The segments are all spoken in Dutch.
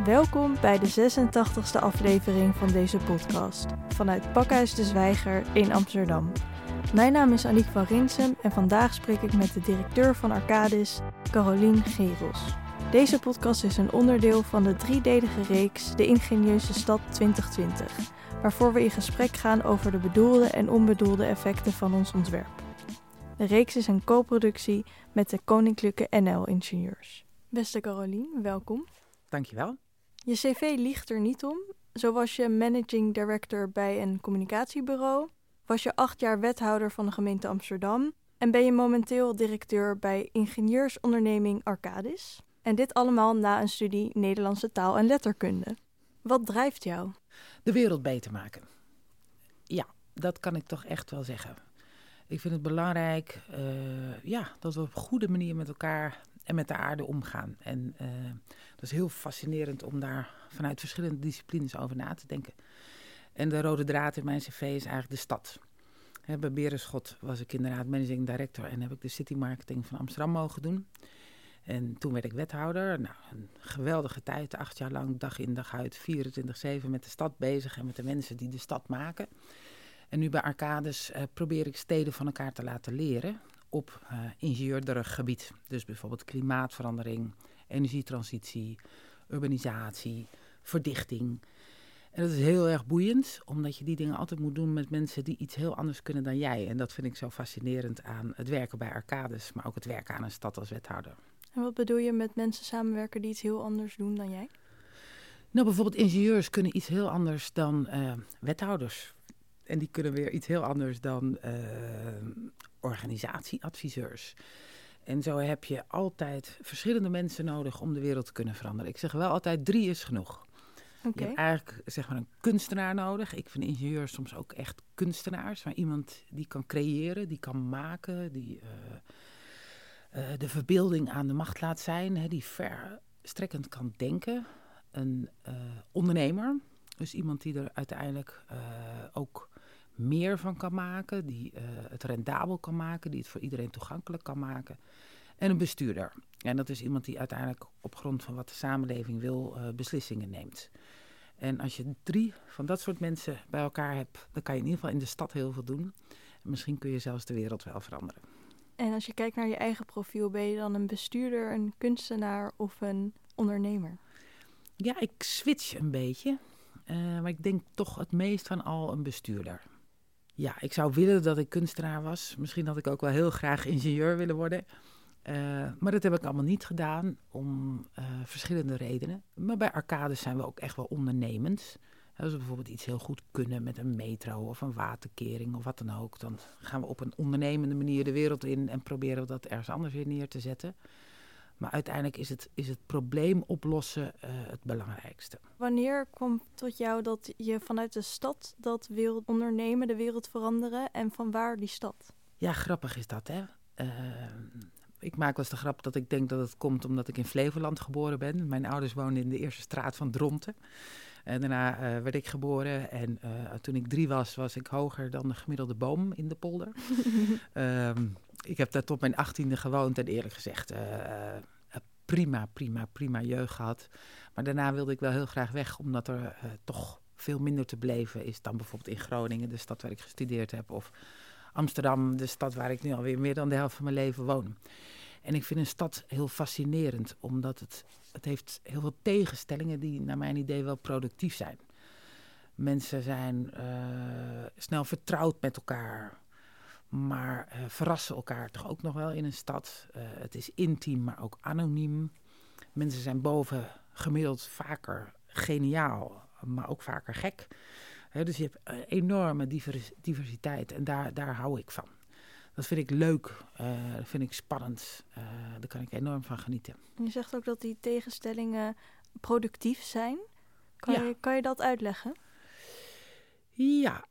Welkom bij de 86e aflevering van deze podcast vanuit Pakhuis de Zwijger in Amsterdam. Mijn naam is Aniek van Rinsum en vandaag spreek ik met de directeur van Arcadis, Carolien Gerels. Deze podcast is een onderdeel van de driedelige reeks De Ingenieuze Stad 2020, waarvoor we in gesprek gaan over de bedoelde en onbedoelde effecten van ons ontwerp. De reeks is een co-productie met de Koninklijke NL-ingenieurs. Beste Carolien, welkom. Dankjewel. Je cv liegt er niet om. Zo was je managing director bij een communicatiebureau, was je 8 jaar wethouder van de gemeente Amsterdam en ben je momenteel directeur bij ingenieursonderneming Arcadis. En dit allemaal na een studie Nederlandse taal en letterkunde. Wat drijft jou? De wereld beter maken. Ja, dat kan ik toch echt wel zeggen. Ik vind het belangrijk dat we op een goede manier met elkaar en met de aarde omgaan. En dat is heel fascinerend om daar vanuit verschillende disciplines over na te denken. En de rode draad in mijn cv is eigenlijk de stad. Bij Berenschot was ik inderdaad managing director en heb ik de city marketing van Amsterdam mogen doen. En toen werd ik wethouder. Nou, een geweldige tijd, 8 jaar lang, dag in dag uit, 24/7 met de stad bezig en met de mensen die de stad maken. En nu bij Arcadis probeer ik steden van elkaar te laten leren op ingenieurderig gebied. Dus bijvoorbeeld klimaatverandering, energietransitie, urbanisatie, verdichting. En dat is heel erg boeiend, omdat je die dingen altijd moet doen met mensen die iets heel anders kunnen dan jij. En dat vind ik zo fascinerend aan het werken bij Arcadis, maar ook het werken aan een stad als wethouder. En wat bedoel je met mensen samenwerken die iets heel anders doen dan jij? Nou, bijvoorbeeld ingenieurs kunnen iets heel anders dan wethouders. En die kunnen weer iets heel anders dan organisatieadviseurs. En zo heb je altijd verschillende mensen nodig om de wereld te kunnen veranderen. Ik zeg wel altijd 3 is genoeg. Okay. Je hebt eigenlijk zeg maar een kunstenaar nodig. Ik vind ingenieurs soms ook echt kunstenaars. Maar iemand die kan creëren, die kan maken, die de verbeelding aan de macht laat zijn. Hè, die verstrekkend kan denken. Een ondernemer. Dus iemand die er uiteindelijk ook meer van kan maken. Die het rendabel kan maken. Die het voor iedereen toegankelijk kan maken. En een bestuurder. En dat is iemand die uiteindelijk op grond van wat de samenleving wil beslissingen neemt. En als je 3 van dat soort mensen bij elkaar hebt, dan kan je in ieder geval in de stad heel veel doen. En misschien kun je zelfs de wereld wel veranderen. En als je kijkt naar je eigen profiel, ben je dan een bestuurder, een kunstenaar of een ondernemer? Ja, ik switch een beetje. Maar ik denk toch het meest van al een bestuurder. Ja, ik zou willen dat ik kunstenaar was. Misschien had ik ook wel heel graag ingenieur willen worden. Maar dat heb ik allemaal niet gedaan om verschillende redenen. Maar bij Arcadis zijn we ook echt wel ondernemend. Als we bijvoorbeeld iets heel goed kunnen met een metro of een waterkering of wat dan ook, dan gaan we op een ondernemende manier de wereld in en proberen we dat ergens anders weer neer te zetten. Maar uiteindelijk is het probleem oplossen het belangrijkste. Wanneer kwam tot jou dat je vanuit de stad dat wil ondernemen, de wereld veranderen en van waar die stad? Ja, grappig is dat, hè. Ik maak wel eens de grap dat ik denk dat het komt omdat ik in Flevoland geboren ben. Mijn ouders woonden in de eerste straat van Dronten. En daarna werd ik geboren en toen ik 3 was ik hoger dan de gemiddelde boom in de polder. Ik heb daar tot mijn 18e gewoond en eerlijk gezegd prima jeugd gehad. Maar daarna wilde ik wel heel graag weg, omdat er toch veel minder te beleven is dan bijvoorbeeld in Groningen, de stad waar ik gestudeerd heb, of Amsterdam, de stad waar ik nu alweer meer dan de helft van mijn leven woon. En ik vind een stad heel fascinerend, omdat het heeft heel veel tegenstellingen die naar mijn idee wel productief zijn. Mensen zijn snel vertrouwd met elkaar, maar verrassen elkaar toch ook nog wel in een stad. Het is intiem, maar ook anoniem. Mensen zijn boven gemiddeld vaker geniaal, maar ook vaker gek. Dus je hebt een enorme diversiteit en daar hou ik van. Dat vind ik leuk, dat vind ik spannend, daar kan ik enorm van genieten. Je zegt ook dat die tegenstellingen productief zijn. Kan je dat uitleggen? Ja,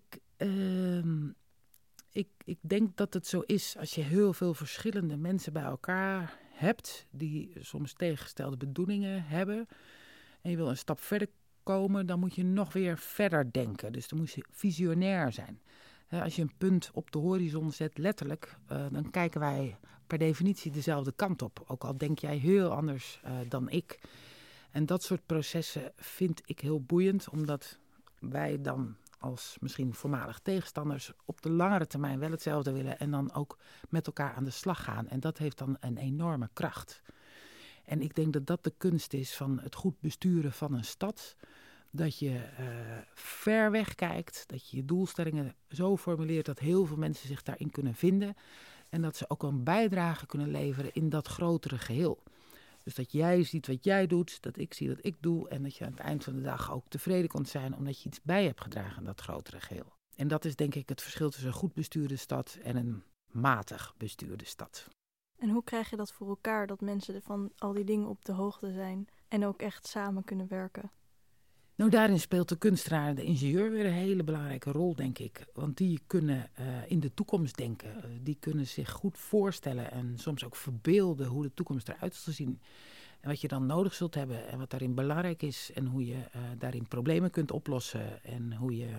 ik denk dat het zo is als je heel veel verschillende mensen bij elkaar hebt, die soms tegengestelde bedoelingen hebben, en je wil een stap verder komen, dan moet je nog weer verder denken. Dus dan moet je visionair zijn. Als je een punt op de horizon zet, letterlijk, dan kijken wij per definitie dezelfde kant op. Ook al denk jij heel anders dan ik. En dat soort processen vind ik heel boeiend, omdat wij dan als misschien voormalig tegenstanders op de langere termijn wel hetzelfde willen en dan ook met elkaar aan de slag gaan. En dat heeft dan een enorme kracht. En ik denk dat dat de kunst is van het goed besturen van een stad. Dat je ver weg kijkt, dat je je doelstellingen zo formuleert dat heel veel mensen zich daarin kunnen vinden. En dat ze ook een bijdrage kunnen leveren in dat grotere geheel. Dus dat jij ziet wat jij doet, dat ik zie wat ik doe. En dat je aan het eind van de dag ook tevreden kunt zijn omdat je iets bij hebt gedragen aan dat grotere geheel. En dat is denk ik het verschil tussen een goed bestuurde stad en een matig bestuurde stad. En hoe krijg je dat voor elkaar, dat mensen van al die dingen op de hoogte zijn en ook echt samen kunnen werken? Nou, daarin speelt de kunstenaar en de ingenieur weer een hele belangrijke rol, denk ik. Want die kunnen in de toekomst denken. Die kunnen zich goed voorstellen en soms ook verbeelden hoe de toekomst eruit zal zien. En wat je dan nodig zult hebben en wat daarin belangrijk is. En hoe je daarin problemen kunt oplossen. En hoe je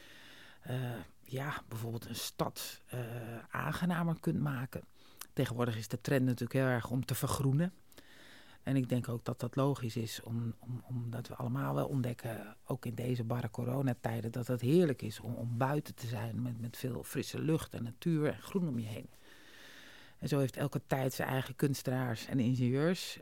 bijvoorbeeld een stad aangenamer kunt maken. Tegenwoordig is de trend natuurlijk heel erg om te vergroenen. En ik denk ook dat dat logisch is, omdat we allemaal wel ontdekken, ook in deze barre coronatijden, dat het heerlijk is om buiten te zijn met veel frisse lucht en natuur en groen om je heen. En zo heeft elke tijd zijn eigen kunstenaars en ingenieurs.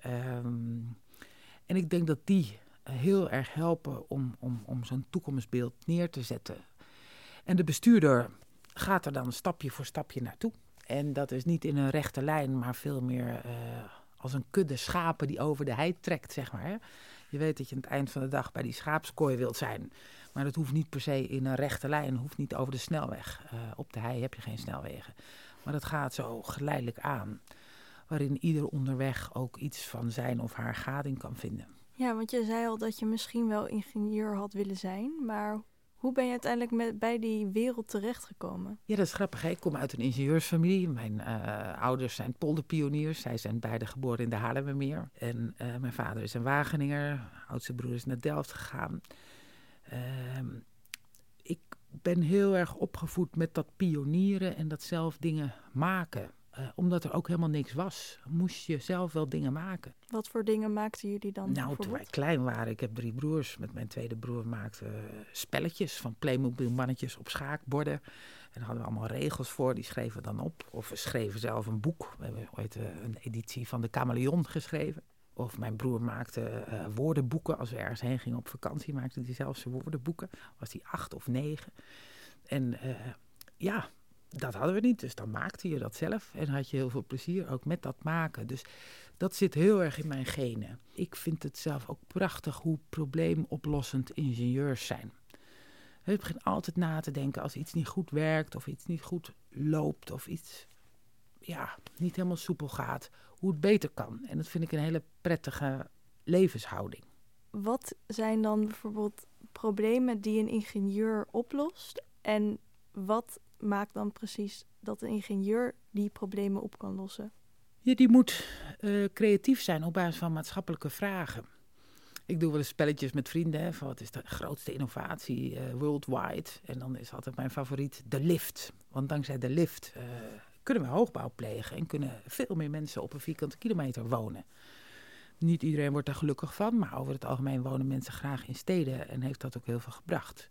En ik denk dat die heel erg helpen om zo'n toekomstbeeld neer te zetten. En de bestuurder gaat er dan stapje voor stapje naartoe. En dat is niet in een rechte lijn, maar veel meer als een kudde schapen die over de hei trekt, zeg maar. Hè? Je weet dat je aan het eind van de dag bij die schaapskooi wilt zijn. Maar dat hoeft niet per se in een rechte lijn, hoeft niet over de snelweg. Op de hei heb je geen snelwegen. Maar dat gaat zo geleidelijk aan. Waarin ieder onderweg ook iets van zijn of haar gading kan vinden. Ja, want je zei al dat je misschien wel ingenieur had willen zijn, maar hoe ben je uiteindelijk bij die wereld terechtgekomen? Ja, dat is grappig. Hè? Ik kom uit een ingenieursfamilie. Mijn ouders zijn polderpioniers. Zij zijn beide geboren in de Haarlemmermeer. En mijn vader is een Wageninger. Oudste broer is naar Delft gegaan. Ik ben heel erg opgevoed met dat pionieren en dat zelf dingen maken. Omdat er ook helemaal niks was, moest je zelf wel dingen maken. Wat voor dingen maakten jullie dan? Nou, toen wij klein waren, ik heb 3 broers. Met mijn tweede broer maakten we spelletjes van Playmobil mannetjes op schaakborden. En daar hadden we allemaal regels voor, die schreven we dan op. Of we schreven zelf een boek. We hebben ooit een editie van de Kameleon geschreven. Of mijn broer maakte woordenboeken. Als we ergens heen gingen op vakantie, maakte hij zelf zijn woordenboeken. Was hij 8 of 9. En dat hadden we niet, dus dan maakte je dat zelf. En had je heel veel plezier ook met dat maken. Dus dat zit heel erg in mijn genen. Ik vind het zelf ook prachtig hoe probleemoplossend ingenieurs zijn. Ik begin altijd na te denken als iets niet goed werkt of iets niet goed loopt of iets niet helemaal soepel gaat, hoe het beter kan. En dat vind ik een hele prettige levenshouding. Wat zijn dan bijvoorbeeld problemen die een ingenieur oplost? En wat maakt dan precies dat een ingenieur die problemen op kan lossen? Ja, die moet creatief zijn op basis van maatschappelijke vragen. Ik doe wel eens spelletjes met vrienden. Hè, van wat is de grootste innovatie worldwide? En dan is altijd mijn favoriet de lift. Want dankzij de lift kunnen we hoogbouw plegen en kunnen veel meer mensen op een vierkante kilometer wonen. Niet iedereen wordt daar gelukkig van, maar over het algemeen wonen mensen graag in steden en heeft dat ook heel veel gebracht.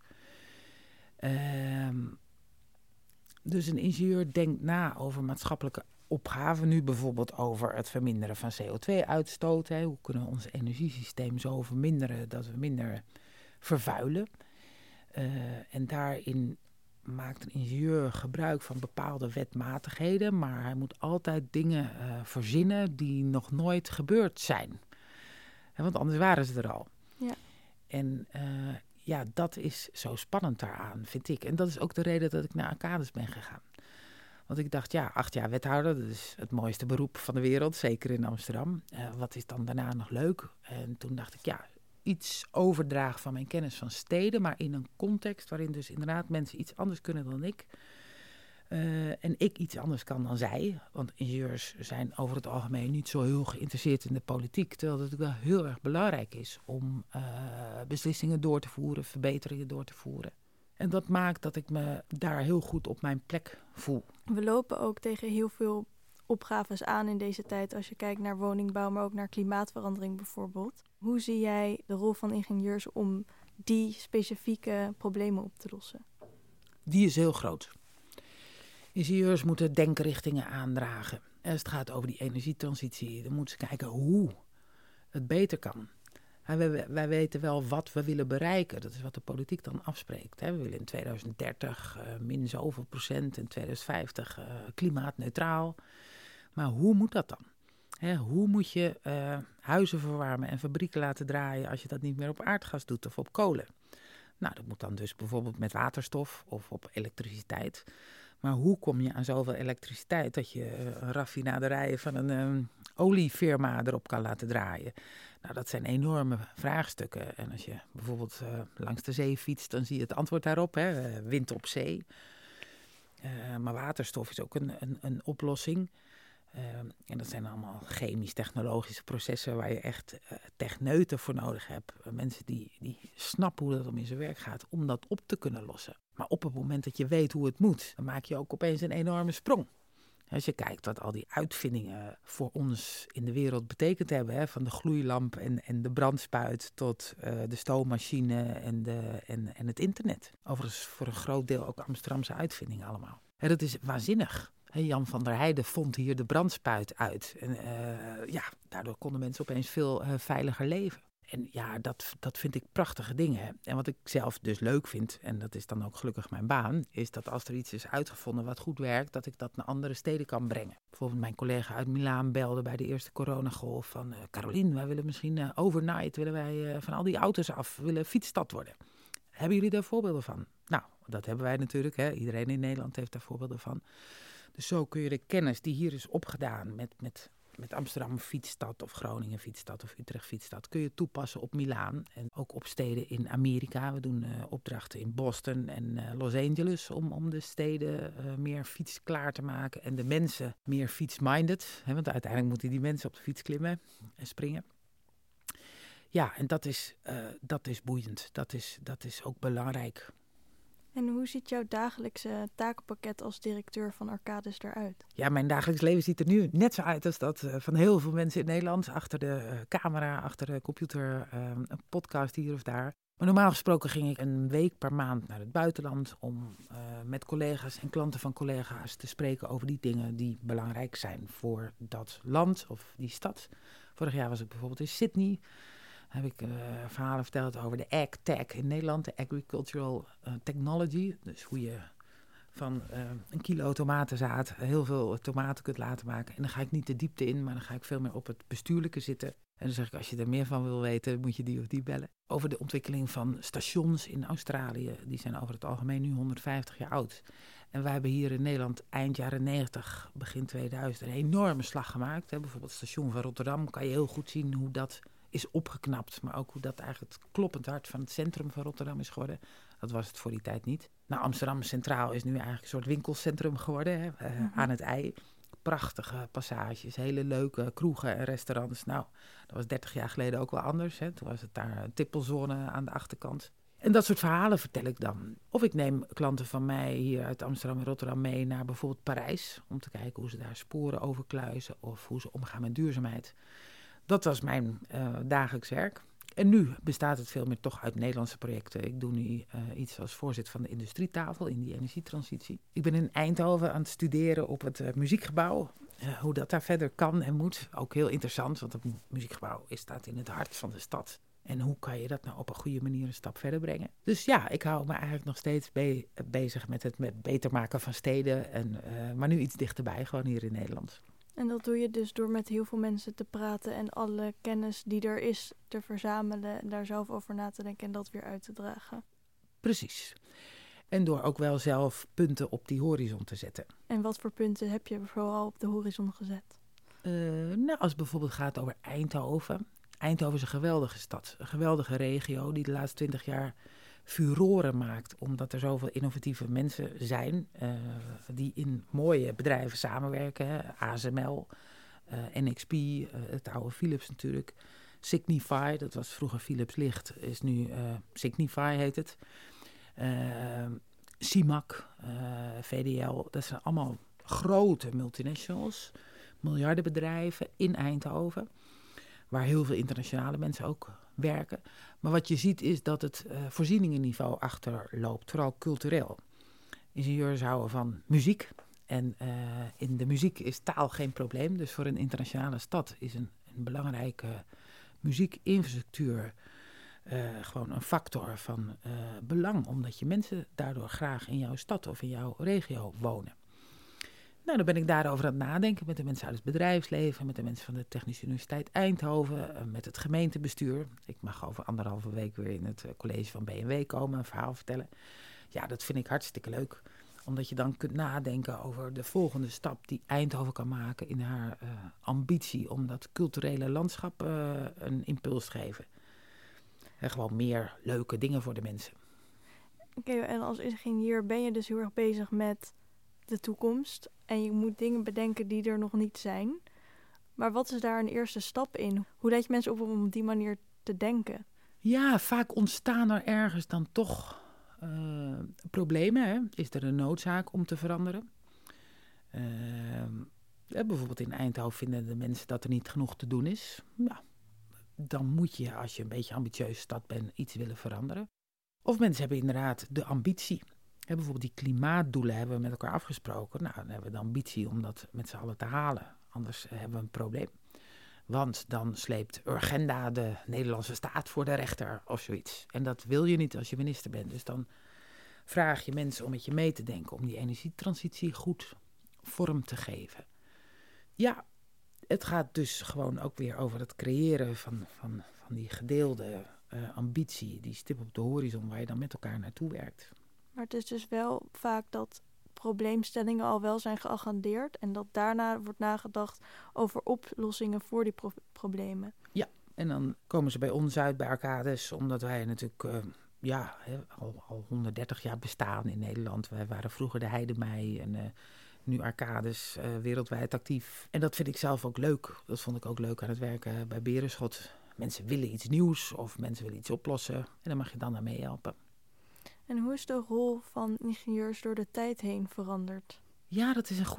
Dus een ingenieur denkt na over maatschappelijke opgaven. Nu bijvoorbeeld over het verminderen van CO2-uitstoot. Hè. Hoe kunnen we ons energiesysteem zo verminderen dat we minder vervuilen? En daarin maakt een ingenieur gebruik van bepaalde wetmatigheden. Maar hij moet altijd dingen verzinnen die nog nooit gebeurd zijn. Want anders waren ze er al. Ja. En dat is zo spannend daaraan, vind ik. En dat is ook de reden dat ik naar Arcades ben gegaan. Want ik dacht, 8 jaar wethouder, dat is het mooiste beroep van de wereld, zeker in Amsterdam. Wat is dan daarna nog leuk? En toen dacht ik, iets overdragen van mijn kennis van steden, maar in een context waarin dus inderdaad mensen iets anders kunnen dan ik. En ik iets anders kan dan zij. Want ingenieurs zijn over het algemeen niet zo heel geïnteresseerd in de politiek. Terwijl het wel heel erg belangrijk is om beslissingen door te voeren, verbeteringen door te voeren. En dat maakt dat ik me daar heel goed op mijn plek voel. We lopen ook tegen heel veel opgaves aan in deze tijd als je kijkt naar woningbouw, maar ook naar klimaatverandering bijvoorbeeld. Hoe zie jij de rol van ingenieurs om die specifieke problemen op te lossen? Die is heel groot. Ingenieurs moeten denkrichtingen aandragen. Als het gaat over die energietransitie, dan moeten ze kijken hoe het beter kan. Wij weten wel wat we willen bereiken. Dat is wat de politiek dan afspreekt. We willen in 2030 min zoveel procent, in 2050 klimaatneutraal. Maar hoe moet dat dan? Hoe moet je huizen verwarmen en fabrieken laten draaien als je dat niet meer op aardgas doet of op kolen? Nou, dat moet dan dus bijvoorbeeld met waterstof of op elektriciteit. Maar hoe kom je aan zoveel elektriciteit dat je een raffinaderijen van een oliefirma erop kan laten draaien? Nou, dat zijn enorme vraagstukken. En als je bijvoorbeeld langs de zee fietst, dan zie je het antwoord daarop. Wind op zee. Maar waterstof is ook een oplossing. En dat zijn allemaal chemisch-technologische processen waar je echt techneuten voor nodig hebt. Mensen die snappen hoe dat om in zijn werk gaat om dat op te kunnen lossen. Maar op het moment dat je weet hoe het moet, dan maak je ook opeens een enorme sprong. Als je kijkt wat al die uitvindingen voor ons in de wereld betekend hebben. Van de gloeilamp en de brandspuit tot de stoommachine en het internet. Overigens voor een groot deel ook Amsterdamse uitvindingen allemaal. En dat is waanzinnig. Jan van der Heijden vond hier de brandspuit uit. En daardoor konden mensen opeens veel veiliger leven. En ja, dat vind ik prachtige dingen. En wat ik zelf dus leuk vind, en dat is dan ook gelukkig mijn baan, is dat als er iets is uitgevonden wat goed werkt, dat ik dat naar andere steden kan brengen. Bijvoorbeeld mijn collega uit Milaan belde bij de eerste coronagolf van Carolien, wij willen misschien overnight, willen wij van al die auto's af, willen fietsstad worden. Hebben jullie daar voorbeelden van? Nou, dat hebben wij natuurlijk. Iedereen in Nederland heeft daar voorbeelden van. Dus zo kun je de kennis die hier is opgedaan met Amsterdam fietsstad of Groningen fietsstad of Utrecht fietsstad, kun je toepassen op Milaan en ook op steden in Amerika. We doen opdrachten in Boston en Los Angeles om de steden meer fietsklaar te maken en de mensen meer fietsminded. Want uiteindelijk moeten die mensen op de fiets klimmen en springen. Ja, en dat is boeiend. Dat is ook belangrijk. En hoe ziet jouw dagelijkse takenpakket als directeur van Arcadis eruit? Ja, mijn dagelijks leven ziet er nu net zo uit als dat van heel veel mensen in Nederland. Achter de camera, achter de computer, een podcast hier of daar. Maar normaal gesproken ging ik een week per maand naar het buitenland om met collega's en klanten van collega's te spreken over die dingen die belangrijk zijn voor dat land of die stad. Vorig jaar was ik bijvoorbeeld in Sydney. Heb ik verhalen verteld over de AgTech in Nederland, de Agricultural Technology. Dus hoe je van een kilo tomatenzaad heel veel tomaten kunt laten maken. En dan ga ik niet de diepte in, maar dan ga ik veel meer op het bestuurlijke zitten. En dan zeg ik, als je er meer van wil weten, moet je die of die bellen. Over de ontwikkeling van stations in Australië. Die zijn over het algemeen nu 150 jaar oud. En wij hebben hier in Nederland eind jaren 90, begin 2000 een enorme slag gemaakt. Bijvoorbeeld het station van Rotterdam kan je heel goed zien hoe dat is opgeknapt, maar ook hoe dat eigenlijk het kloppend hart van het centrum van Rotterdam is geworden. Dat was het voor die tijd niet. Nou, Amsterdam Centraal is nu eigenlijk een soort winkelcentrum geworden, aan het IJ. Prachtige passages, hele leuke kroegen en restaurants. Nou, dat was 30 jaar geleden ook wel anders. Toen was het daar een tippelzone aan de achterkant. En dat soort verhalen vertel ik dan. Of ik neem klanten van mij hier uit Amsterdam en Rotterdam mee naar bijvoorbeeld Parijs, om te kijken hoe ze daar sporen overkluizen of hoe ze omgaan met duurzaamheid. Dat was mijn dagelijks werk. En nu bestaat het veel meer toch uit Nederlandse projecten. Ik doe nu iets als voorzitter van de industrietafel in die energietransitie. Ik ben in Eindhoven aan het studeren op het muziekgebouw. Hoe dat daar verder kan en moet. Ook heel interessant, want het muziekgebouw staat in het hart van de stad. En hoe kan je dat nou op een goede manier een stap verder brengen? Dus ja, ik hou me eigenlijk nog steeds bezig met het beter maken van steden. Maar nu iets dichterbij, gewoon hier in Nederland. En dat doe je dus door met heel veel mensen te praten en alle kennis die er is te verzamelen en daar zelf over na te denken en dat weer uit te dragen. Precies. En door ook wel zelf punten op die horizon te zetten. En wat voor punten heb je vooral op de horizon gezet? Als het bijvoorbeeld gaat over Eindhoven. Eindhoven is een geweldige stad, een geweldige regio die de laatste 20 jaar furoren maakt. Omdat er zoveel innovatieve mensen zijn die in mooie bedrijven samenwerken. ASML, NXP, het oude Philips natuurlijk. Signify, dat was vroeger Philips Licht, is nu Signify heet het. CIMAC, VDL, dat zijn allemaal grote multinationals. miljardenbedrijven in Eindhoven, waar heel veel internationale mensen ook werken. Maar wat je ziet is dat het voorzieningenniveau achterloopt, vooral cultureel. Ingenieurs houden van muziek. En in de muziek is taal geen probleem. Dus voor een internationale stad is een belangrijke muziekinfrastructuur gewoon een factor van belang. Omdat je mensen daardoor graag in jouw stad of in jouw regio wonen. Nou, dan ben ik daarover aan het nadenken met de mensen uit het bedrijfsleven, met de mensen van de Technische Universiteit Eindhoven, met het gemeentebestuur. Ik mag over 1,5 week weer in het college van BMW komen, een verhaal vertellen. Ja, dat vind ik hartstikke leuk. Omdat je dan kunt nadenken over de volgende stap die Eindhoven kan maken in haar ambitie om dat culturele landschap een impuls te geven. En gewoon meer leuke dingen voor de mensen. Oké, en als ingenieur ben je dus heel erg bezig met de toekomst. En je moet dingen bedenken die er nog niet zijn. Maar wat is daar een eerste stap in? Hoe leid je mensen op om die manier te denken? Ja, vaak ontstaan er ergens dan toch problemen. Hè? Is er een noodzaak om te veranderen? Bijvoorbeeld in Eindhoven vinden de mensen dat er niet genoeg te doen is. Nou, dan moet je, als je een beetje ambitieuze stad bent, iets willen veranderen. Of mensen hebben inderdaad de ambitie. Bijvoorbeeld die klimaatdoelen hebben we met elkaar afgesproken. Nou, dan hebben we de ambitie om dat met z'n allen te halen. Anders hebben we een probleem. Want dan sleept Urgenda de Nederlandse staat voor de rechter of zoiets. En dat wil je niet als je minister bent. Dus dan vraag je mensen om met je mee te denken om die energietransitie goed vorm te geven. Ja, het gaat dus gewoon ook weer over het creëren van die gedeelde ambitie, die stip op de horizon waar je dan met elkaar naartoe werkt. Maar het is dus wel vaak dat probleemstellingen al wel zijn geagendeerd en dat daarna wordt nagedacht over oplossingen voor die problemen. Ja, en dan komen ze bij ons uit, bij Arcadis, omdat wij natuurlijk al 130 jaar bestaan in Nederland. Wij waren vroeger de Heidemei en nu Arcadis wereldwijd actief. En dat vind ik zelf ook leuk. Dat vond ik ook leuk aan het werken bij Berenschot. Mensen willen iets nieuws of mensen willen iets oplossen en dan mag je dan naar meehelpen. En hoe is de rol van ingenieurs door de tijd heen veranderd? Ja, dat is een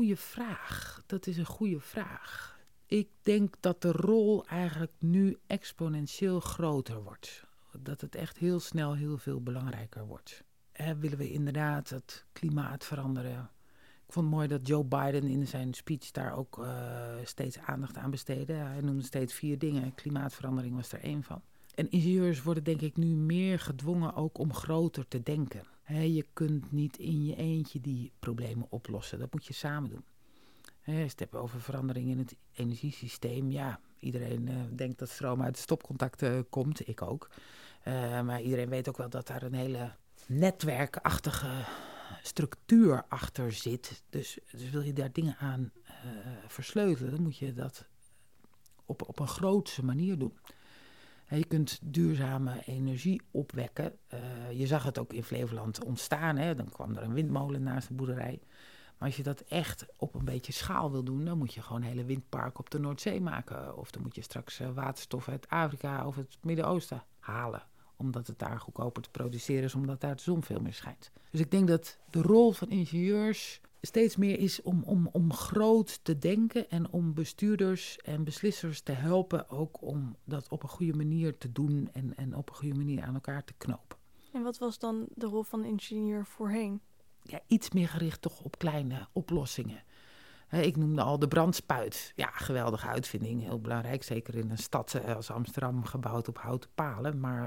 goede vraag. Ik denk dat de rol eigenlijk nu exponentieel groter wordt. Dat het echt heel snel heel veel belangrijker wordt. Willen we inderdaad het klimaat veranderen? Ik vond het mooi dat Joe Biden in zijn speech daar ook steeds aandacht aan besteedde. Hij noemde steeds 4 dingen. Klimaatverandering was er 1 van. En ingenieurs worden denk ik nu meer gedwongen ook om groter te denken. Je kunt niet in je eentje die problemen oplossen. Dat moet je samen doen. Als je het hebt over verandering in het energiesysteem. Ja, iedereen denkt dat stroom uit stopcontacten komt. Ik ook. Maar iedereen weet ook wel dat daar een hele netwerkachtige structuur achter zit. Dus wil je daar dingen aan versleutelen, dan moet je dat op een grootse manier doen. Je kunt duurzame energie opwekken. Je zag het ook in Flevoland ontstaan. Dan kwam er een windmolen naast de boerderij. Maar als je dat echt op een beetje schaal wil doen, dan moet je gewoon hele windparken op de Noordzee maken. Of dan moet je straks waterstof uit Afrika of het Midden-Oosten halen. Omdat het daar goedkoper te produceren is, omdat daar de zon veel meer schijnt. Dus ik denk dat de rol van ingenieurs steeds meer is om groot te denken en om bestuurders en beslissers te helpen ook om dat op een goede manier te doen en op een goede manier aan elkaar te knopen. En wat was dan de rol van ingenieur voorheen? Ja, iets meer gericht toch op kleine oplossingen. Ik noemde al de brandspuit. Ja, geweldige uitvinding, heel belangrijk. Zeker in een stad als Amsterdam, gebouwd op houten palen. Maar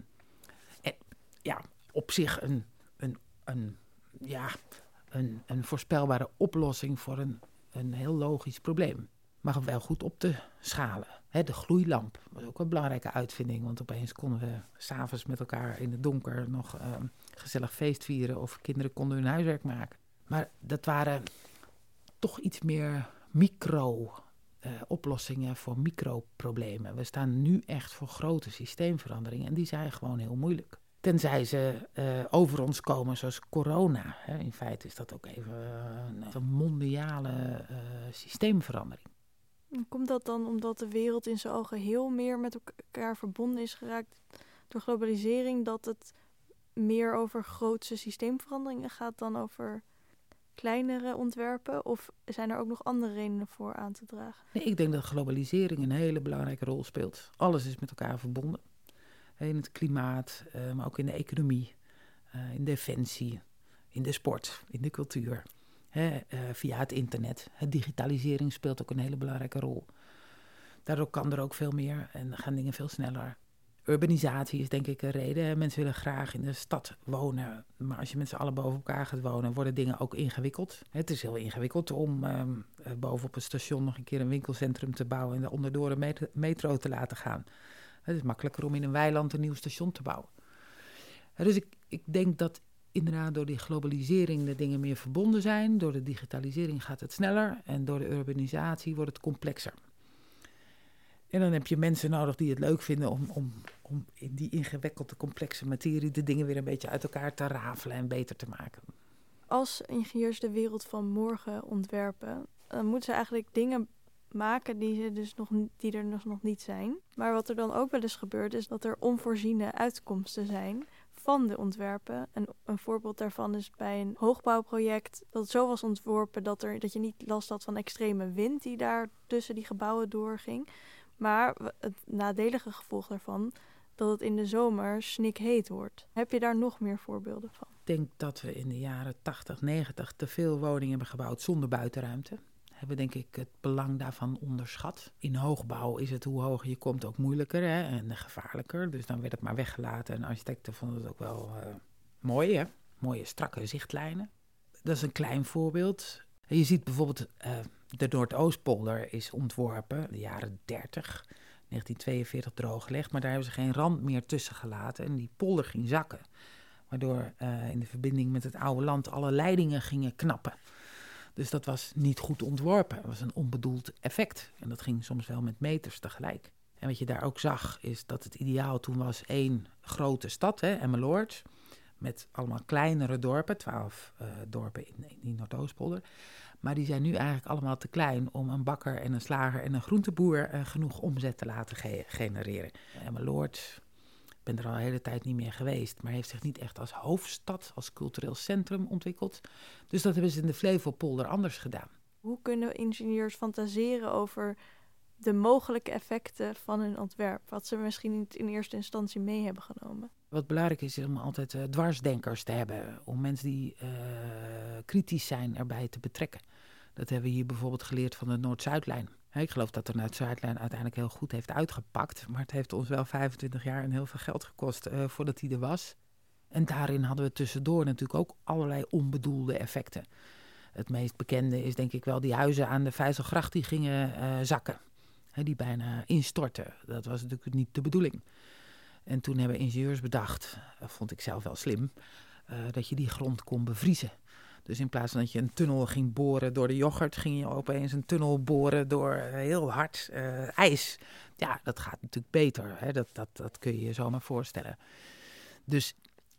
op zich een voorspelbare oplossing voor een heel logisch probleem. Maar wel goed op te schalen. De gloeilamp was ook een belangrijke uitvinding. Want opeens konden we 's avonds met elkaar in het donker nog gezellig feest vieren. Of kinderen konden hun huiswerk maken. Maar dat waren toch iets meer oplossingen voor microproblemen. We staan nu echt voor grote systeemveranderingen. En die zijn gewoon heel moeilijk. Tenzij ze over ons komen zoals corona. In feite is dat ook even een mondiale systeemverandering. Komt dat dan omdat de wereld in zijn algeheel meer met elkaar verbonden is geraakt door globalisering, dat het meer over grootse systeemveranderingen gaat dan over kleinere ontwerpen? Of zijn er ook nog andere redenen voor aan te dragen? Nee, ik denk dat globalisering een hele belangrijke rol speelt. Alles is met elkaar verbonden. In het klimaat, maar ook in de economie, in defensie, in de sport, in de cultuur. Via het internet. Digitalisering speelt ook een hele belangrijke rol. Daardoor kan er ook veel meer en gaan dingen veel sneller. Urbanisatie is denk ik een reden. Mensen willen graag in de stad wonen. Maar als je met z'n allen boven elkaar gaat wonen, worden dingen ook ingewikkeld. Het is heel ingewikkeld om boven op een station nog een keer een winkelcentrum te bouwen en daaronder door een metro te laten gaan. Het is makkelijker om in een weiland een nieuw station te bouwen. Dus ik denk dat inderdaad door die globalisering de dingen meer verbonden zijn. Door de digitalisering gaat het sneller en door de urbanisatie wordt het complexer. En dan heb je mensen nodig die het leuk vinden om in die ingewikkelde, complexe materie de dingen weer een beetje uit elkaar te rafelen en beter te maken. Als ingenieurs de wereld van morgen ontwerpen, dan moeten ze eigenlijk dingen maken die er nog niet zijn. Maar wat er dan ook wel eens gebeurt, is dat er onvoorziene uitkomsten zijn van de ontwerpen. En een voorbeeld daarvan is bij een hoogbouwproject dat zo was ontworpen dat je niet last had van extreme wind die daar tussen die gebouwen doorging. Maar het nadelige gevolg daarvan, dat het in de zomer snikheet wordt. Heb je daar nog meer voorbeelden van? Ik denk dat we in de jaren 80, 90 te veel woningen hebben gebouwd zonder buitenruimte. Hebben denk ik het belang daarvan onderschat. In hoogbouw is het hoe hoger je komt ook moeilijker en gevaarlijker. Dus dan werd het maar weggelaten en architecten vonden het ook wel mooi. Hè? Mooie strakke zichtlijnen. Dat is een klein voorbeeld. Je ziet bijvoorbeeld de Noordoostpolder is ontworpen in de jaren 30, 1942 drooggelegd. Maar daar hebben ze geen rand meer tussen gelaten en die polder ging zakken. Waardoor in de verbinding met het oude land alle leidingen gingen knappen. Dus dat was niet goed ontworpen. Dat was een onbedoeld effect. En dat ging soms wel met meters tegelijk. En wat je daar ook zag, is dat het ideaal toen was één grote stad, Emmeloord, met allemaal kleinere dorpen, 12 dorpen in die Noordoostpolder. Maar die zijn nu eigenlijk allemaal te klein om een bakker en een slager en een groenteboer genoeg omzet te laten genereren. Emmeloord, ik ben er al een hele tijd niet meer geweest, maar heeft zich niet echt als hoofdstad, als cultureel centrum ontwikkeld. Dus dat hebben ze in de Flevopolder anders gedaan. Hoe kunnen ingenieurs fantaseren over de mogelijke effecten van hun ontwerp, wat ze misschien niet in eerste instantie mee hebben genomen? Wat belangrijk is om altijd dwarsdenkers te hebben, om mensen die kritisch zijn erbij te betrekken. Dat hebben we hier bijvoorbeeld geleerd van de Noord-Zuidlijn. Ik geloof dat de Noord-Zuidlijn uiteindelijk heel goed heeft uitgepakt, maar het heeft ons wel 25 jaar en heel veel geld gekost voordat die er was. En daarin hadden we tussendoor natuurlijk ook allerlei onbedoelde effecten. Het meest bekende is denk ik wel die huizen aan de Vijzelgracht die gingen zakken. Die bijna instortten. Dat was natuurlijk niet de bedoeling. En toen hebben ingenieurs bedacht, vond ik zelf wel slim, dat je die grond kon bevriezen. Dus in plaats van dat je een tunnel ging boren door de yoghurt, ging je opeens een tunnel boren door heel hard ijs. Ja, dat gaat natuurlijk beter. Hè? Dat kun je je zomaar voorstellen. Dus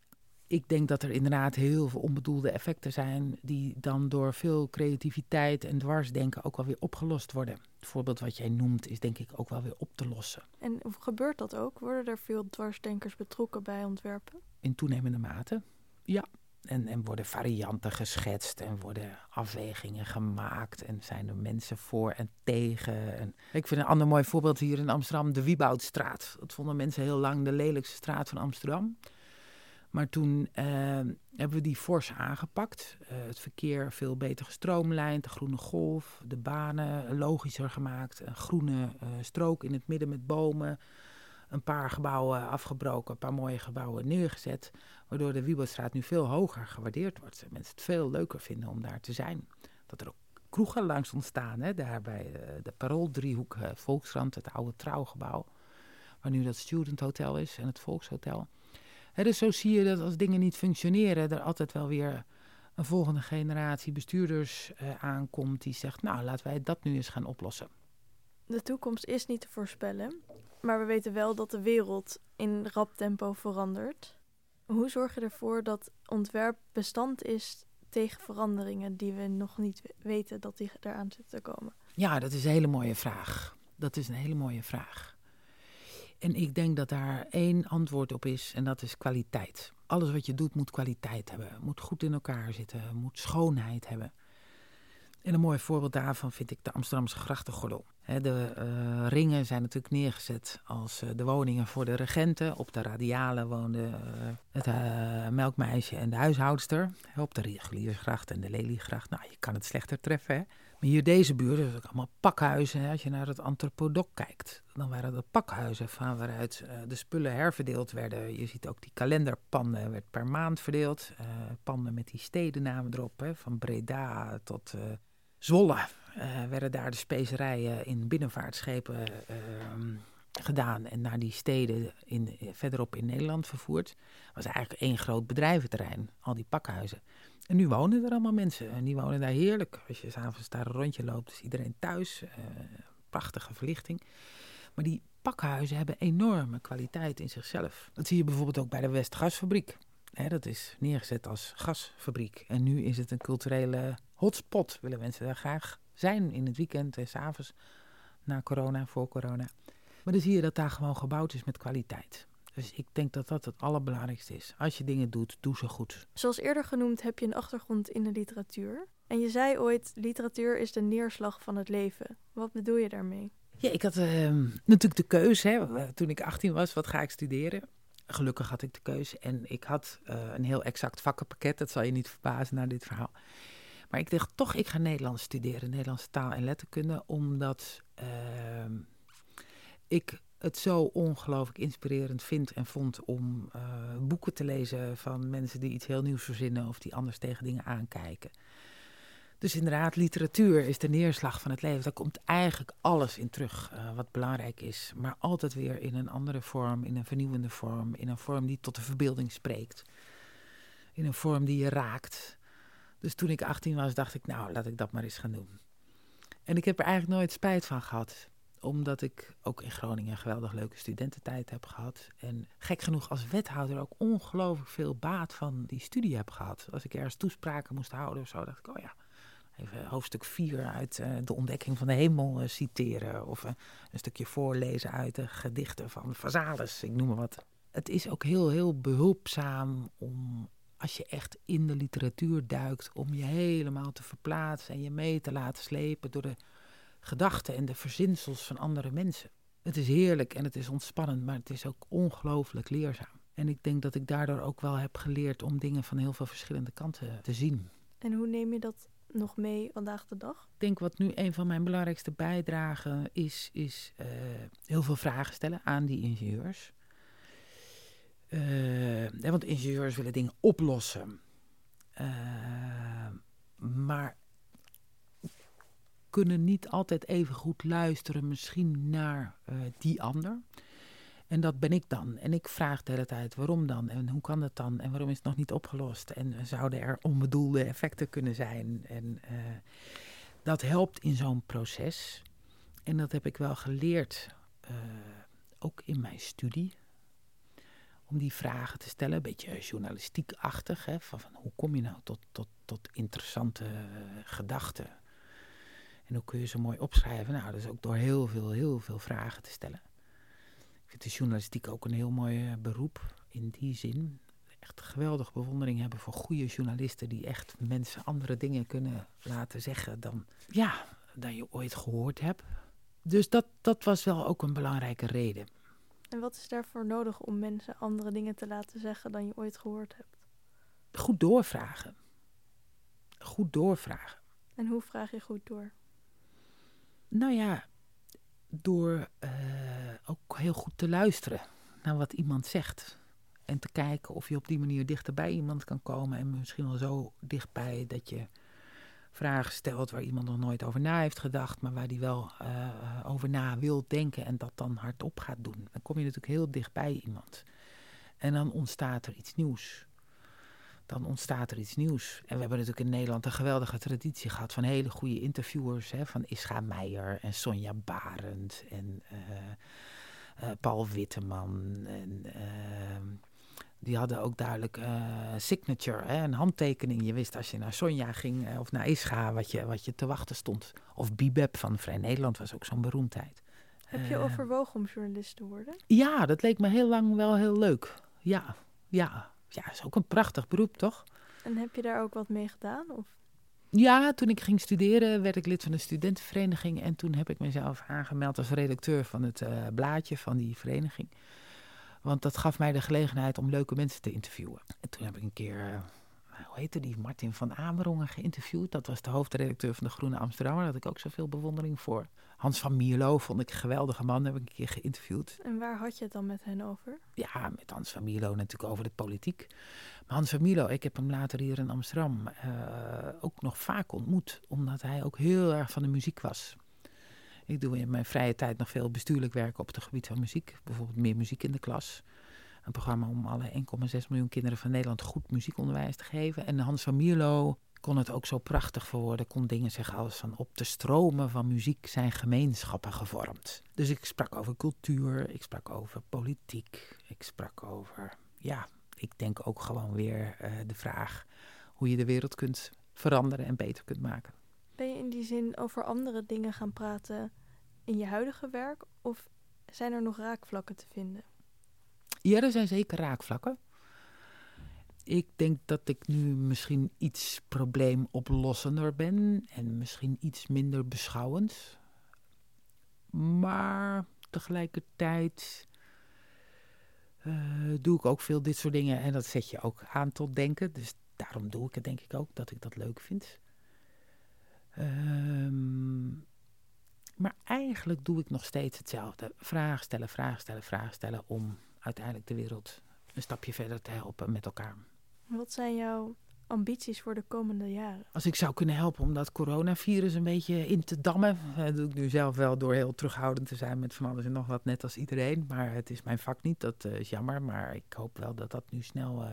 ik denk dat er inderdaad heel veel onbedoelde effecten zijn die dan door veel creativiteit en dwarsdenken ook wel weer opgelost worden. Het voorbeeld wat jij noemt is denk ik ook wel weer op te lossen. En gebeurt dat ook? Worden er veel dwarsdenkers betrokken bij ontwerpen? In toenemende mate, ja. En worden varianten geschetst en worden afwegingen gemaakt en zijn er mensen voor en tegen. En ik vind een ander mooi voorbeeld hier in Amsterdam, de Wieboudstraat. Dat vonden mensen heel lang de lelijkste straat van Amsterdam. Maar toen hebben we die fors aangepakt. Het verkeer veel beter gestroomlijnd, de groene golf, de banen logischer gemaakt. Een groene strook in het midden met bomen. Een paar gebouwen afgebroken, een paar mooie gebouwen neergezet. Waardoor de Wieboudstraat nu veel hoger gewaardeerd wordt. Mensen het veel leuker vinden om daar te zijn. Dat er ook kroegen langs ontstaan, daar bij de Parooldriehoek, Volkskrant, het oude Trouwgebouw. Waar nu dat Student Hotel is en het Volkshotel. Dus zo zie je dat als dingen niet functioneren, er altijd wel weer een volgende generatie bestuurders aankomt die zegt, nou laten wij dat nu eens gaan oplossen. De toekomst is niet te voorspellen, maar we weten wel dat de wereld in rap tempo verandert. Hoe zorg je ervoor dat ontwerp bestand is tegen veranderingen die we nog niet weten dat die eraan zitten te komen? Ja, dat is een hele mooie vraag. En ik denk dat daar één antwoord op is en dat is kwaliteit. Alles wat je doet moet kwaliteit hebben, moet goed in elkaar zitten, moet schoonheid hebben. En een mooi voorbeeld daarvan vind ik de Amsterdamse grachtengordel. De ringen zijn natuurlijk neergezet als de woningen voor de regenten. Op de radialen woonden het melkmeisje en de huishoudster. Op de Reguliersgracht en de Leliegracht. Nou, je kan het slechter treffen, hè. Maar hier deze buurt, dat is ook allemaal pakhuizen. Hè. Als je naar het Anthropodoc kijkt, dan waren dat pakhuizen van waaruit de spullen herverdeeld werden. Je ziet ook die kalenderpanden, werd per maand verdeeld. Panden met die stedennamen erop, hè, van Breda tot Zwolle. Werden daar de specerijen in binnenvaartschepen gedaan en naar die steden verderop in Nederland vervoerd. Het was eigenlijk één groot bedrijventerrein, al die pakhuizen. En nu wonen er allemaal mensen en die wonen daar heerlijk. Als je 's avonds daar een rondje loopt, is iedereen thuis. Prachtige verlichting. Maar die pakhuizen hebben enorme kwaliteit in zichzelf. Dat zie je bijvoorbeeld ook bij de Westgasfabriek. Dat is neergezet als gasfabriek. En nu is het een culturele hotspot. Willen mensen daar graag zijn in het weekend en 's avonds na corona, voor corona. Maar dan zie je dat daar gewoon gebouwd is met kwaliteit. Dus ik denk dat dat het allerbelangrijkste is. Als je dingen doet, doe ze goed. Zoals eerder genoemd heb je een achtergrond in de literatuur. En je zei ooit, literatuur is de neerslag van het leven. Wat bedoel je daarmee? Ja, ik had natuurlijk de keuze. Hè. Toen ik 18 was, wat ga ik studeren? Gelukkig had ik de keuze. En ik had een heel exact vakkenpakket. Dat zal je niet verbazen naar dit verhaal. Maar ik dacht toch, ik ga Nederlands studeren. Nederlandse taal en letterkunde. Omdat ik het zo ongelooflijk inspirerend vind en vond om boeken te lezen van mensen die iets heel nieuws verzinnen of die anders tegen dingen aankijken. Dus inderdaad, literatuur is de neerslag van het leven. Daar komt eigenlijk alles in terug wat belangrijk is. Maar altijd weer in een andere vorm, in een vernieuwende vorm. In een vorm die tot de verbeelding spreekt. In een vorm die je raakt. Dus toen ik 18 was, dacht ik, nou, laat ik dat maar eens gaan doen. En ik heb er eigenlijk nooit spijt van gehad. Omdat ik ook in Groningen een geweldig leuke studententijd heb gehad. En gek genoeg als wethouder ook ongelooflijk veel baat van die studie heb gehad. Als ik ergens toespraken moest houden of zo, dacht ik, oh ja, even hoofdstuk 4 uit de ontdekking van de hemel citeren. Of een stukje voorlezen uit de gedichten van Vazalis, ik noem maar wat. Het is ook heel, heel behulpzaam om, als je echt in de literatuur duikt, om je helemaal te verplaatsen en je mee te laten slepen door de gedachten en de verzinsels van andere mensen. Het is heerlijk en het is ontspannend, maar het is ook ongelooflijk leerzaam. En ik denk dat ik daardoor ook wel heb geleerd om dingen van heel veel verschillende kanten te zien. En hoe neem je dat nog mee vandaag de dag? Ik denk wat nu een van mijn belangrijkste bijdragen is heel veel vragen stellen aan die ingenieurs. Want ingenieurs willen dingen oplossen. Maar kunnen niet altijd even goed luisteren misschien naar die ander. En dat ben ik dan. En ik vraag de hele tijd, waarom dan? En hoe kan dat dan? En waarom is het nog niet opgelost? En zouden er onbedoelde effecten kunnen zijn? En dat helpt in zo'n proces. En dat heb ik wel geleerd, ook in mijn studie. Om die vragen te stellen, een beetje journalistiek-achtig. Hè? Van hoe kom je nou tot interessante gedachten? En hoe kun je ze mooi opschrijven? Nou, dat is ook door heel veel vragen te stellen. Ik vind de journalistiek ook een heel mooi beroep in die zin. Echt geweldige bewondering hebben voor goede journalisten die echt mensen andere dingen kunnen laten zeggen dan je ooit gehoord hebt. Dus dat was wel ook een belangrijke reden. En wat is daarvoor nodig om mensen andere dingen te laten zeggen dan je ooit gehoord hebt? Goed doorvragen. Goed doorvragen. En hoe vraag je goed door? Nou ja, door ook heel goed te luisteren naar wat iemand zegt. En te kijken of je op die manier dichter bij iemand kan komen. En misschien wel zo dichtbij dat je vragen stelt waar iemand nog nooit over na heeft gedacht. Maar waar die wel over na wil denken en dat dan hardop gaat doen. Dan kom je natuurlijk heel dicht bij iemand. En dan ontstaat er iets nieuws. En we hebben natuurlijk in Nederland een geweldige traditie gehad van hele goede interviewers. Hè, van Ischa Meijer en Sonja Barend en Paul Witteman. En die hadden ook duidelijk signature, hè, een handtekening. Je wist als je naar Sonja ging of naar Ischa wat je te wachten stond. Of Bibeb van Vrij Nederland was ook zo'n beroemdheid. Heb je overwogen om journalist te worden? Ja, dat leek me heel lang wel heel leuk. Ja. Ja, is ook een prachtig beroep, toch? En heb je daar ook wat mee gedaan? Of? Ja, toen ik ging studeren werd ik lid van een studentenvereniging. En toen heb ik mezelf aangemeld als redacteur van het blaadje van die vereniging. Want dat gaf mij de gelegenheid om leuke mensen te interviewen. En toen heb ik een keer, hoe heette die, Martin van Amerongen geïnterviewd. Dat was de hoofdredacteur van de Groene Amsterdammer. Daar had ik ook zoveel bewondering voor. Hans van Mierlo vond ik een geweldige man, heb ik een keer geïnterviewd. En waar had je het dan met hen over? Ja, met Hans van Mierlo natuurlijk over de politiek. Maar Hans van Mierlo, ik heb hem later hier in Amsterdam ook nog vaak ontmoet. Omdat hij ook heel erg van de muziek was. Ik doe in mijn vrije tijd nog veel bestuurlijk werk op het gebied van muziek. Bijvoorbeeld Meer Muziek in de Klas. Een programma om alle 1,6 miljoen kinderen van Nederland goed muziekonderwijs te geven. En Hans van Mierlo kon het ook zo prachtig verwoorden. Kon dingen zeggen als van op de stromen van muziek zijn gemeenschappen gevormd. Dus ik sprak over cultuur, ik sprak over politiek, ik sprak over, ja, ik denk ook gewoon weer de vraag hoe je de wereld kunt veranderen en beter kunt maken. Ben je in die zin over andere dingen gaan praten in je huidige werk? Of zijn er nog raakvlakken te vinden? Ja, er zijn zeker raakvlakken. Ik denk dat ik nu misschien iets probleemoplossender ben en misschien iets minder beschouwend. Maar tegelijkertijd doe ik ook veel dit soort dingen en dat zet je ook aan tot denken. Dus daarom doe ik het denk ik ook, dat ik dat leuk vind. Maar eigenlijk doe ik nog steeds hetzelfde. Vragen stellen om uiteindelijk de wereld een stapje verder te helpen met elkaar. Wat zijn jouw ambities voor de komende jaren? Als ik zou kunnen helpen om dat coronavirus een beetje in te dammen. Dat doe ik nu zelf wel door heel terughoudend te zijn met van alles en nog wat, net als iedereen. Maar het is mijn vak niet, dat is jammer. Maar ik hoop wel dat dat nu snel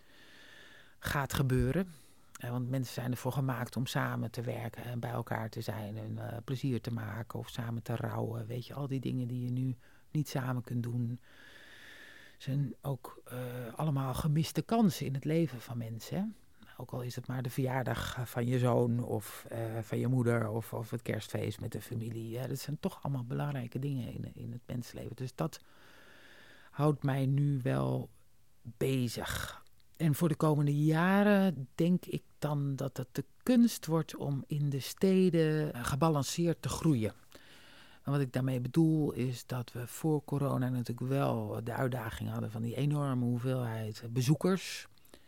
gaat gebeuren. Want mensen zijn ervoor gemaakt om samen te werken en bij elkaar te zijn en plezier te maken of samen te rouwen. Weet je, al die dingen die je nu niet samen kunt doen, zijn ook allemaal gemiste kansen in het leven van mensen. Hè? Ook al is het maar de verjaardag van je zoon of van je moeder of het kerstfeest met de familie. Ja, dat zijn toch allemaal belangrijke dingen in het mensleven. Dus dat houdt mij nu wel bezig. En voor de komende jaren denk ik dan dat het de kunst wordt om in de steden gebalanceerd te groeien. En wat ik daarmee bedoel is dat we voor corona natuurlijk wel de uitdaging hadden van die enorme hoeveelheid bezoekers.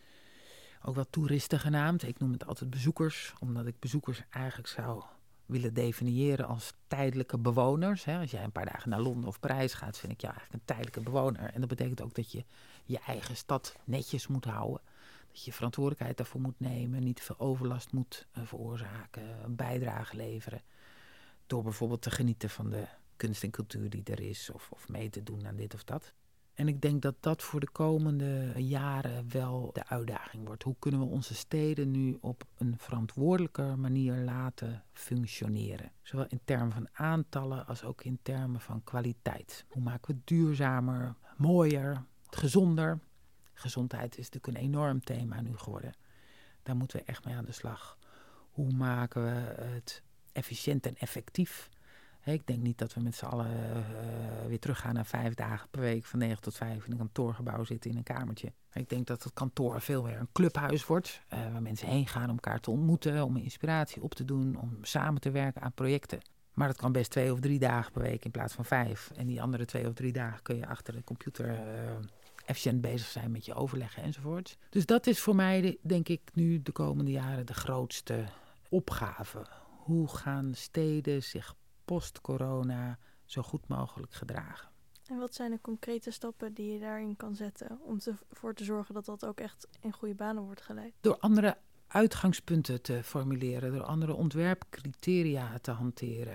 Ook wel toeristen genaamd. Ik noem het altijd bezoekers, omdat ik bezoekers eigenlijk zou willen definiëren als tijdelijke bewoners. Hè. Als jij een paar dagen naar Londen of Parijs gaat, vind ik jou eigenlijk een tijdelijke bewoner. En dat betekent ook dat je je eigen stad netjes moet houden. Dat je verantwoordelijkheid daarvoor moet nemen, niet veel overlast moet veroorzaken, een bijdrage leveren. Door bijvoorbeeld te genieten van de kunst en cultuur die er is of mee te doen aan dit of dat. En ik denk dat dat voor de komende jaren wel de uitdaging wordt. Hoe kunnen we onze steden nu op een verantwoordelijker manier laten functioneren? Zowel in termen van aantallen als ook in termen van kwaliteit. Hoe maken we het duurzamer, mooier, gezonder? Gezondheid is natuurlijk een enorm thema nu geworden. Daar moeten we echt mee aan de slag. Hoe maken we het efficiënt en effectief? Ik denk niet dat we met z'n allen weer teruggaan naar 5 dagen per week van 9 tot 5 in een kantoorgebouw zitten in een kamertje. Ik denk dat het kantoor veel meer een clubhuis wordt, waar mensen heen gaan om elkaar te ontmoeten, om inspiratie op te doen, om samen te werken aan projecten. Maar dat kan best 2 of 3 dagen per week in plaats van 5. En die andere 2 of 3 dagen kun je achter de computer efficiënt bezig zijn met je overleggen enzovoort. Dus dat is voor mij, denk ik, nu de komende jaren de grootste opgave. Hoe gaan steden zich post-corona zo goed mogelijk gedragen? En wat zijn de concrete stappen die je daarin kan zetten om ervoor te zorgen dat dat ook echt in goede banen wordt geleid? Door andere uitgangspunten te formuleren, door andere ontwerpcriteria te hanteren.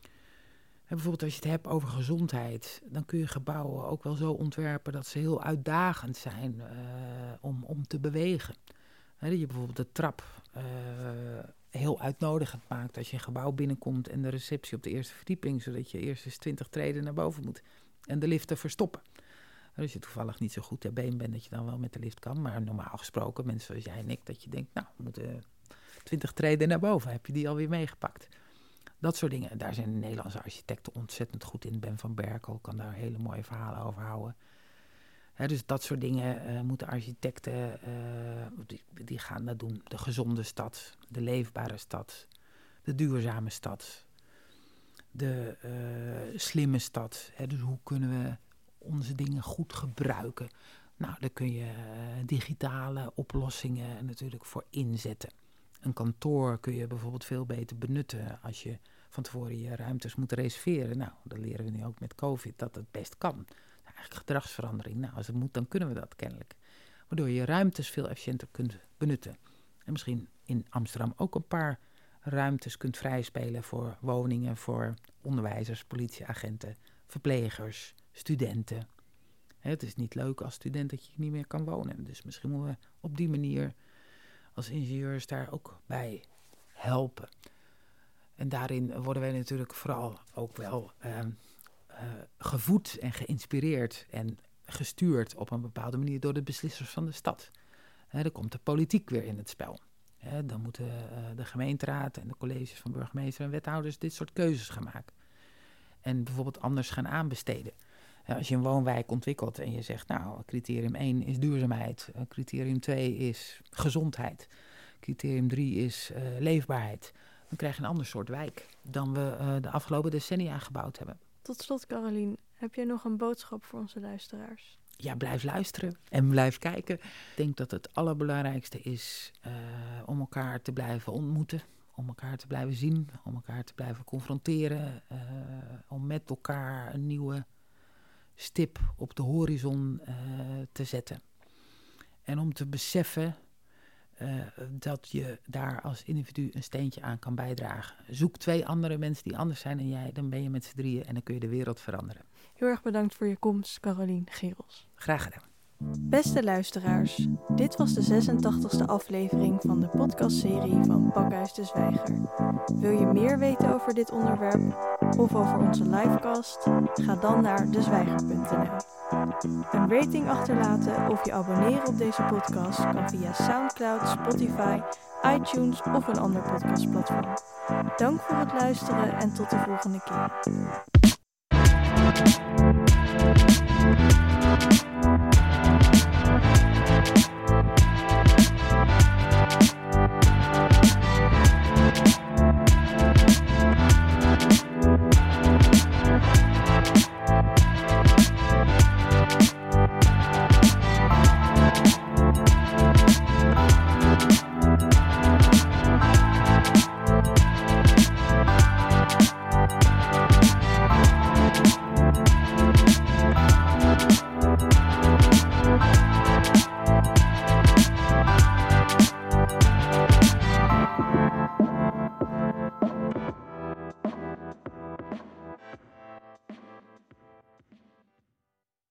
En bijvoorbeeld als je het hebt over gezondheid, dan kun je gebouwen ook wel zo ontwerpen dat ze heel uitdagend zijn om te bewegen. Dat je bijvoorbeeld de trap heel uitnodigend maakt als je een gebouw binnenkomt en de receptie op de eerste verdieping, zodat je eerst eens 20 treden naar boven moet en de liften verstoppen. Als je toevallig niet zo goed ter been bent dat je dan wel met de lift kan, maar normaal gesproken, mensen zoals jij en ik, dat je denkt, nou, we moeten 20 treden naar boven, heb je die alweer meegepakt. Dat soort dingen. Daar zijn de Nederlandse architecten ontzettend goed in. Ben van Berkel kan daar hele mooie verhalen over houden. Dus dat soort dingen moeten architecten, die gaan dat doen. De gezonde stad, de leefbare stad, de duurzame stad, de slimme stad. Dus hoe kunnen we onze dingen goed gebruiken? Nou, daar kun je digitale oplossingen natuurlijk voor inzetten. Een kantoor kun je bijvoorbeeld veel beter benutten als je van tevoren je ruimtes moet reserveren. Nou, dat leren we nu ook met COVID, dat het best kan. Eigenlijk gedragsverandering. Nou, als het moet, dan kunnen we dat kennelijk. Waardoor je ruimtes veel efficiënter kunt benutten. En misschien in Amsterdam ook een paar ruimtes kunt vrijspelen voor woningen, voor onderwijzers, politieagenten, verplegers, studenten. Het is niet leuk als student dat je niet meer kan wonen. Dus misschien moeten we op die manier als ingenieurs daar ook bij helpen. En daarin worden wij natuurlijk vooral ook wel gevoed en geïnspireerd en gestuurd op een bepaalde manier door de beslissers van de stad. Er komt de politiek weer in het spel. Dan moeten de gemeenteraad en de colleges van burgemeester en wethouders dit soort keuzes gaan maken. En bijvoorbeeld anders gaan aanbesteden. Als je een woonwijk ontwikkelt en je zegt, nou, criterium 1 is duurzaamheid, criterium 2 is gezondheid, criterium 3 is leefbaarheid, dan krijg je een ander soort wijk dan we de afgelopen decennia gebouwd hebben. Tot slot, Carolien, heb jij nog een boodschap voor onze luisteraars? Ja, blijf luisteren en blijf kijken. Ik denk dat het allerbelangrijkste is om elkaar te blijven ontmoeten, om elkaar te blijven zien, om elkaar te blijven confronteren, om met elkaar een nieuwe stip op de horizon te zetten. En om te beseffen dat je daar als individu een steentje aan kan bijdragen. Zoek 2 andere mensen die anders zijn dan jij, dan ben je met z'n 3 en dan kun je de wereld veranderen. Heel erg bedankt voor je komst, Carolien Gerels. Graag gedaan. Beste luisteraars, dit was de 86e aflevering van de podcastserie van Pakhuis de Zwijger. Wil je meer weten over dit onderwerp of over onze livecast? Ga dan naar dezwijger.nl. Een rating achterlaten of je abonneren op deze podcast kan via SoundCloud, Spotify, iTunes of een ander podcastplatform. Dank voor het luisteren en tot de volgende keer.